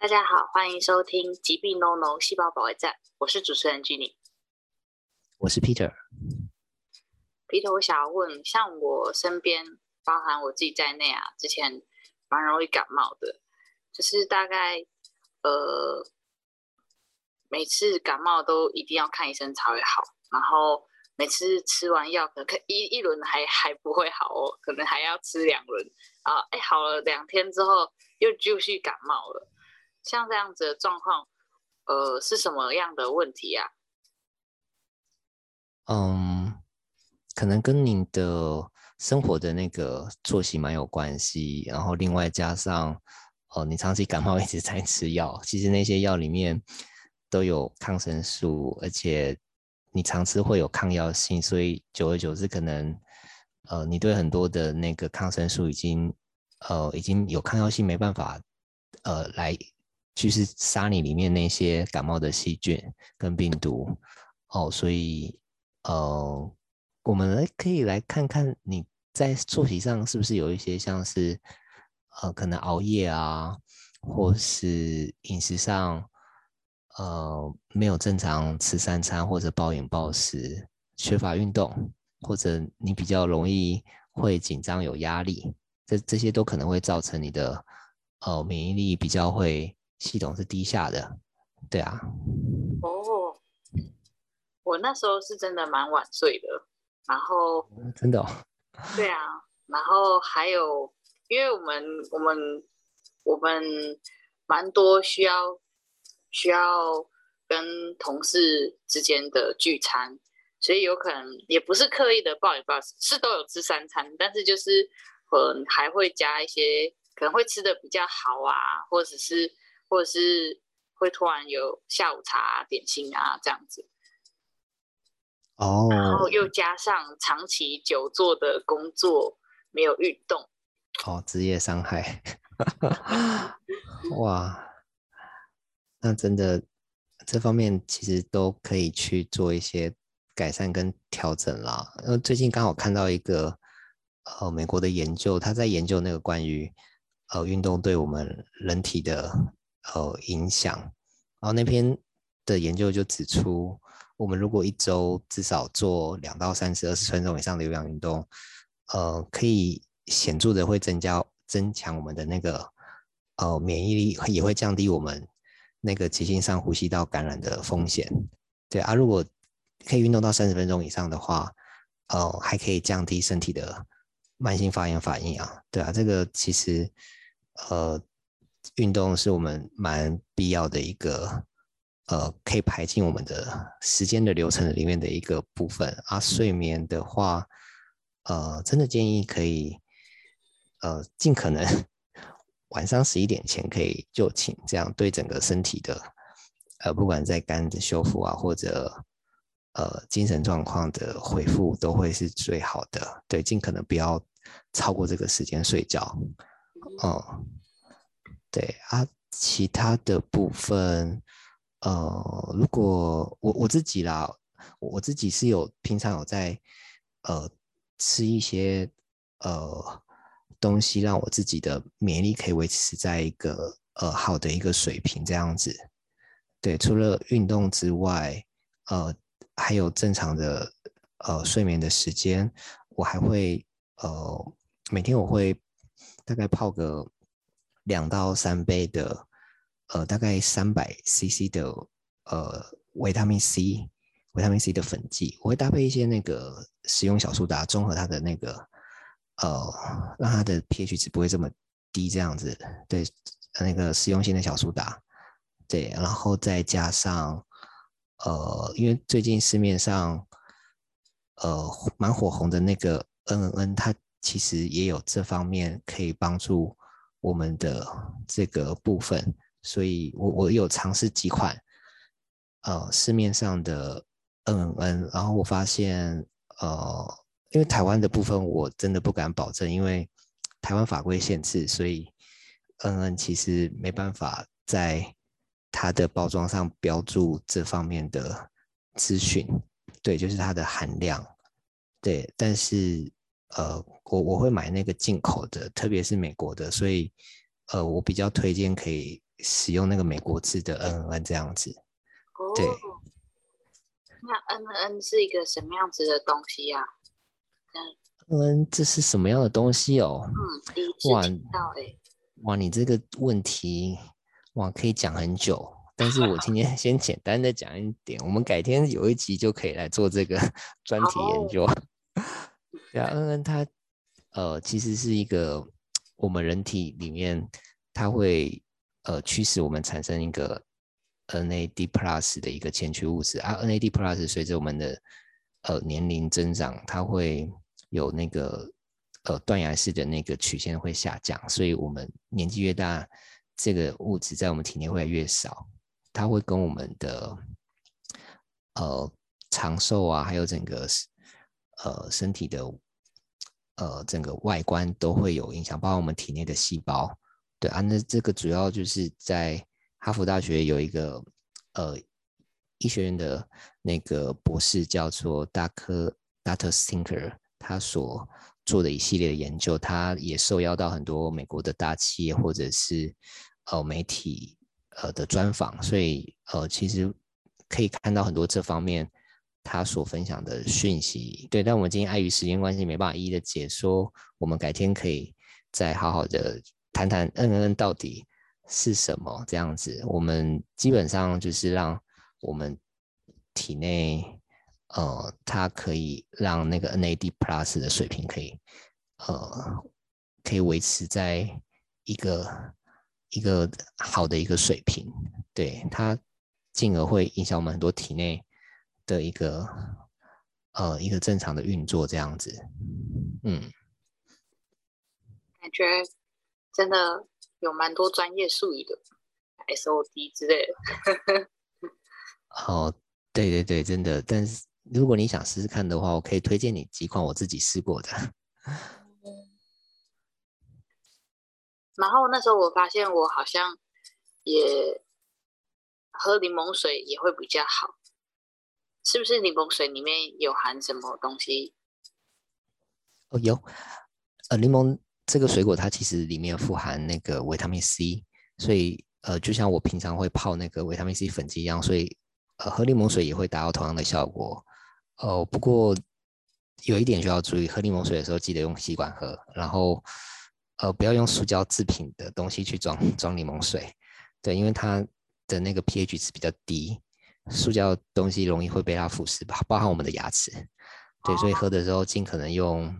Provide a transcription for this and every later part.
大家好，欢迎收听疾病 NoNo 细胞保卫战，我是主持人 Jenny。 我是 Peter。 Peter，我想要问，像我身边，包含我自己在内啊，之前蛮容易感冒的，就是大概每次感冒都一定要看医生才会好，然后每次吃完药可能一轮还不会好哦，可能还要吃2轮啊，好了2天之后又继续感冒了。像这样子的状况，是什么样的问题啊？ 可能跟您的生活的那个作息蛮有关系，然后另外加上，你长期感冒一直在吃药，其实那些药里面都有抗生素，而且你常吃会有抗药性，所以久而久之可能，你对很多的那个抗生素已经有抗药性，没办法，来就是杀你里面那些感冒的细菌跟病毒，所以我们可以来看看你在作息上是不是有一些像是可能熬夜啊，或是饮食上没有正常吃3餐，或者暴饮暴食，缺乏运动，或者你比较容易会紧张有压力，这些都可能会造成你的免疫力比较会系统是低下的，对啊。 哦，我那时候是真的蛮晚睡的，然后真的哦。 对啊，然后还有，因为我们蛮多需要跟同事之间的聚餐，所以有可能也不是刻意的暴饮暴食，是都有吃3餐，但是就是还会加一些，可能会吃的比较好啊，或者是会突然有下午茶啊、点心啊这样子。然后哦。 又加上长期久坐的工作，没有运动。 哦，职业伤害。哇，那真的这方面其实都可以去做一些改善跟调整啦。最近刚好看到一个美国的研究，他在研究那个关于运动对我们人体的影响，然后那篇的研究就指出，我们如果一周至少做2到3次20分钟以上的有氧运动，可以显著的会增强我们的那个免疫力，也会降低我们那个急性上呼吸道感染的风险。对啊，如果可以运动到30分钟以上的话，还可以降低身体的慢性发炎反应啊。对啊，这个其实呃运动是我们蛮必要的一个可以排进我们的时间的流程里面的一个部分啊。睡眠的话，真的建议可以尽可能晚上11点前可以就寝，这样对整个身体的不管在肝的修复啊，或者精神状况的恢复都会是最好的。对，尽可能不要超过这个时间睡觉。嗯，对啊，其他的部分，如果我自己啦，我自己是平常有在呃吃一些东西，让我自己的免疫力可以维持在一个好的一个水平这样子。对，除了运动之外，呃，还有正常的睡眠的时间，我还会每天我会大概泡个2到3杯的大概300cc 的维他命 C 的粉剂，我会搭配一些那个食用小苏打，中和它的那个让它的 pH 值不会这么低这样子。对，那个实用性的小苏打。对，然后再加上因为最近市面上蛮火红的那个 NNN，它其实也有这方面可以帮助我们的这个部分，所以我有尝试几款市面上的 NNN，然后我发现因为台湾的部分我真的不敢保证，因为台湾法规限制，所以 NN 其实没办法在它的包装上标注这方面的资讯，对，就是它的含量，对，但是我会买那个进口的，特别是美国的，所以我比较推荐可以使用那个美国制的 NNN 这样子。对， 哦，那 NNN 是一个什么样子的东西呀？ 这是什么样的东西哦？ 第一次哇听到哇，你这个问题哇可以讲很久，但是我今天先简单的讲一点，我们改天有一集就可以来做这个专题研究。对啊，NN 它其实是一个我们人体里面它会驱使我们产生一个 NAD plus 的一个前驱物质啊，NAD plus 随着我们的年龄增长，它会有那个断崖式的那个曲线会下降，所以我们年纪越大，这个物质在我们体内会越来越少，它会跟我们的长寿啊，还有整个身体的整个外观都会有影响，包括我们体内的细胞。对啊，那这个主要就是在哈佛大学有一个医学院的那个博士叫做Dr. Stinker，他所做的一系列的研究，他也受邀到很多美国的大企业或者是媒体的专访，所以其实可以看到很多这方面他所分享的讯息。对，但我们今天碍于时间关系没办法一一的解说，我们改天可以再好好的谈谈 NNN 到底是什么这样子。我们基本上就是让我们体内它可以让那个 NAD plus 的水平可以维持在一个好的一个水平，对，它进而会影响我们很多体内的一个正常的运作这样子。 感觉真的有蛮多专业术语的 SOD 之类的。 哦，对对对，真的。但是如果你想试试看的话，我可以推荐你几款我自己试过的。 然后那时候我发现我好像也喝柠檬水也会比较好，是不是柠檬水里面有含什么东西？ 哦，有，柠檬这个水果它其实里面富含那个维他命 C，所以就像我平常会泡那个维他命 C 粉剂一样，所以喝柠檬水也会达到同样的效果。不过有一点需要注意，喝柠檬水的时候记得用吸管喝，然后不要用塑胶制品的东西去装柠檬水，对，因为它的那个 pH 值比较低，塑胶东西容易会被它腐蚀，包含我们的牙齿。对，所以喝的时候尽可能用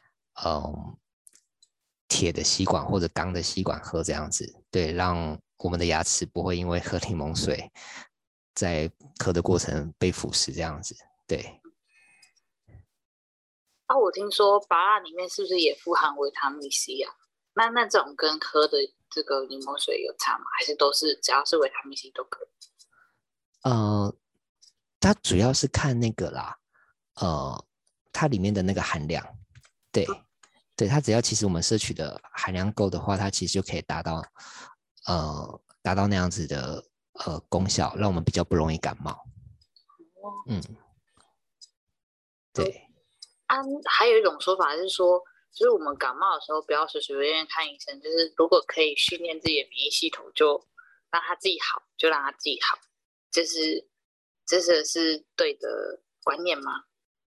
铁的吸管或者钢的吸管喝，这样子，对，让我们的牙齿不会因为喝柠檬水在喝的过程被腐蚀，这样子，对。 我听说芭乐里面是不是也富含维他命 C 啊？那这种跟喝的这个柠檬水有差吗？还是都是只要是维他命 C 都可以？ 它主要是看那个啦，它里面的那个含量，对，对，它只要其实我们摄取的含量够的话，它其实就可以达到那样子的功效，让我们比较不容易感冒。对。 还有一种说法是说，就是我们感冒的时候不要随随便便看医生，就是如果可以训练自己的免疫系统，就让他自己好，就让他自己好。这是对的观念吗？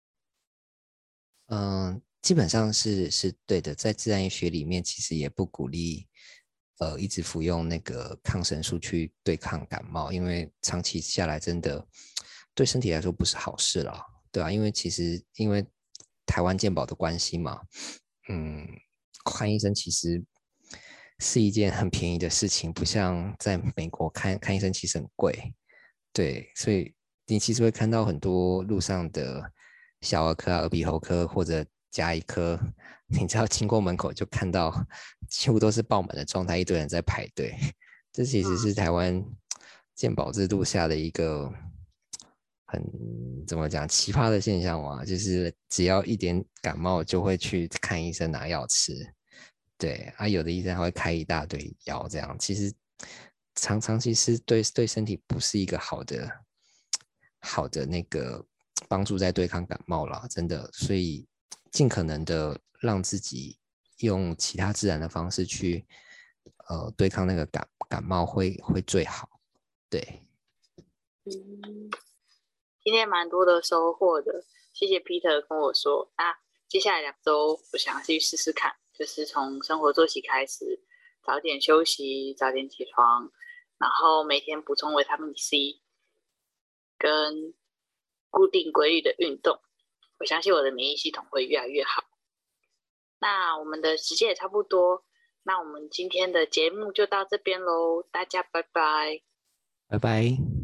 基本上是对的，在自然医学里面，其实也不鼓励一直服用那个抗生素去对抗感冒，因为长期下来真的对身体来说不是好事啦，对啊，因为其实因为台湾健保的关系嘛，看医生其实是一件很便宜的事情，不像在美国看医生其实很贵，对，所以你其实会看到很多路上的小儿科啊、耳鼻喉科或者家医科，你只要经过门口就看到，几乎都是爆满的状态，一堆人在排队。这其实是台湾健保制度下的一个很怎么讲奇葩的现象嘛，就是只要一点感冒就会去看医生拿药吃，对啊，有的医生还会开一大堆药，这样其实长期是对身体不是一个好的那个帮助在对抗感冒啦，真的，所以尽可能的让自己用其他自然的方式去对抗那个感冒会最好。对， 今天蛮多的收获的，谢谢 Peter 跟我说。那接下来2周我想要去试试看，就是从生活作息开始，早点休息，早点起床，然后每天补充维他命 C，跟固定规律的运动。我相信我的免疫系统会越来越好。那我们的时间也差不多，那我们今天的节目就到这边咯，大家拜拜。 拜拜。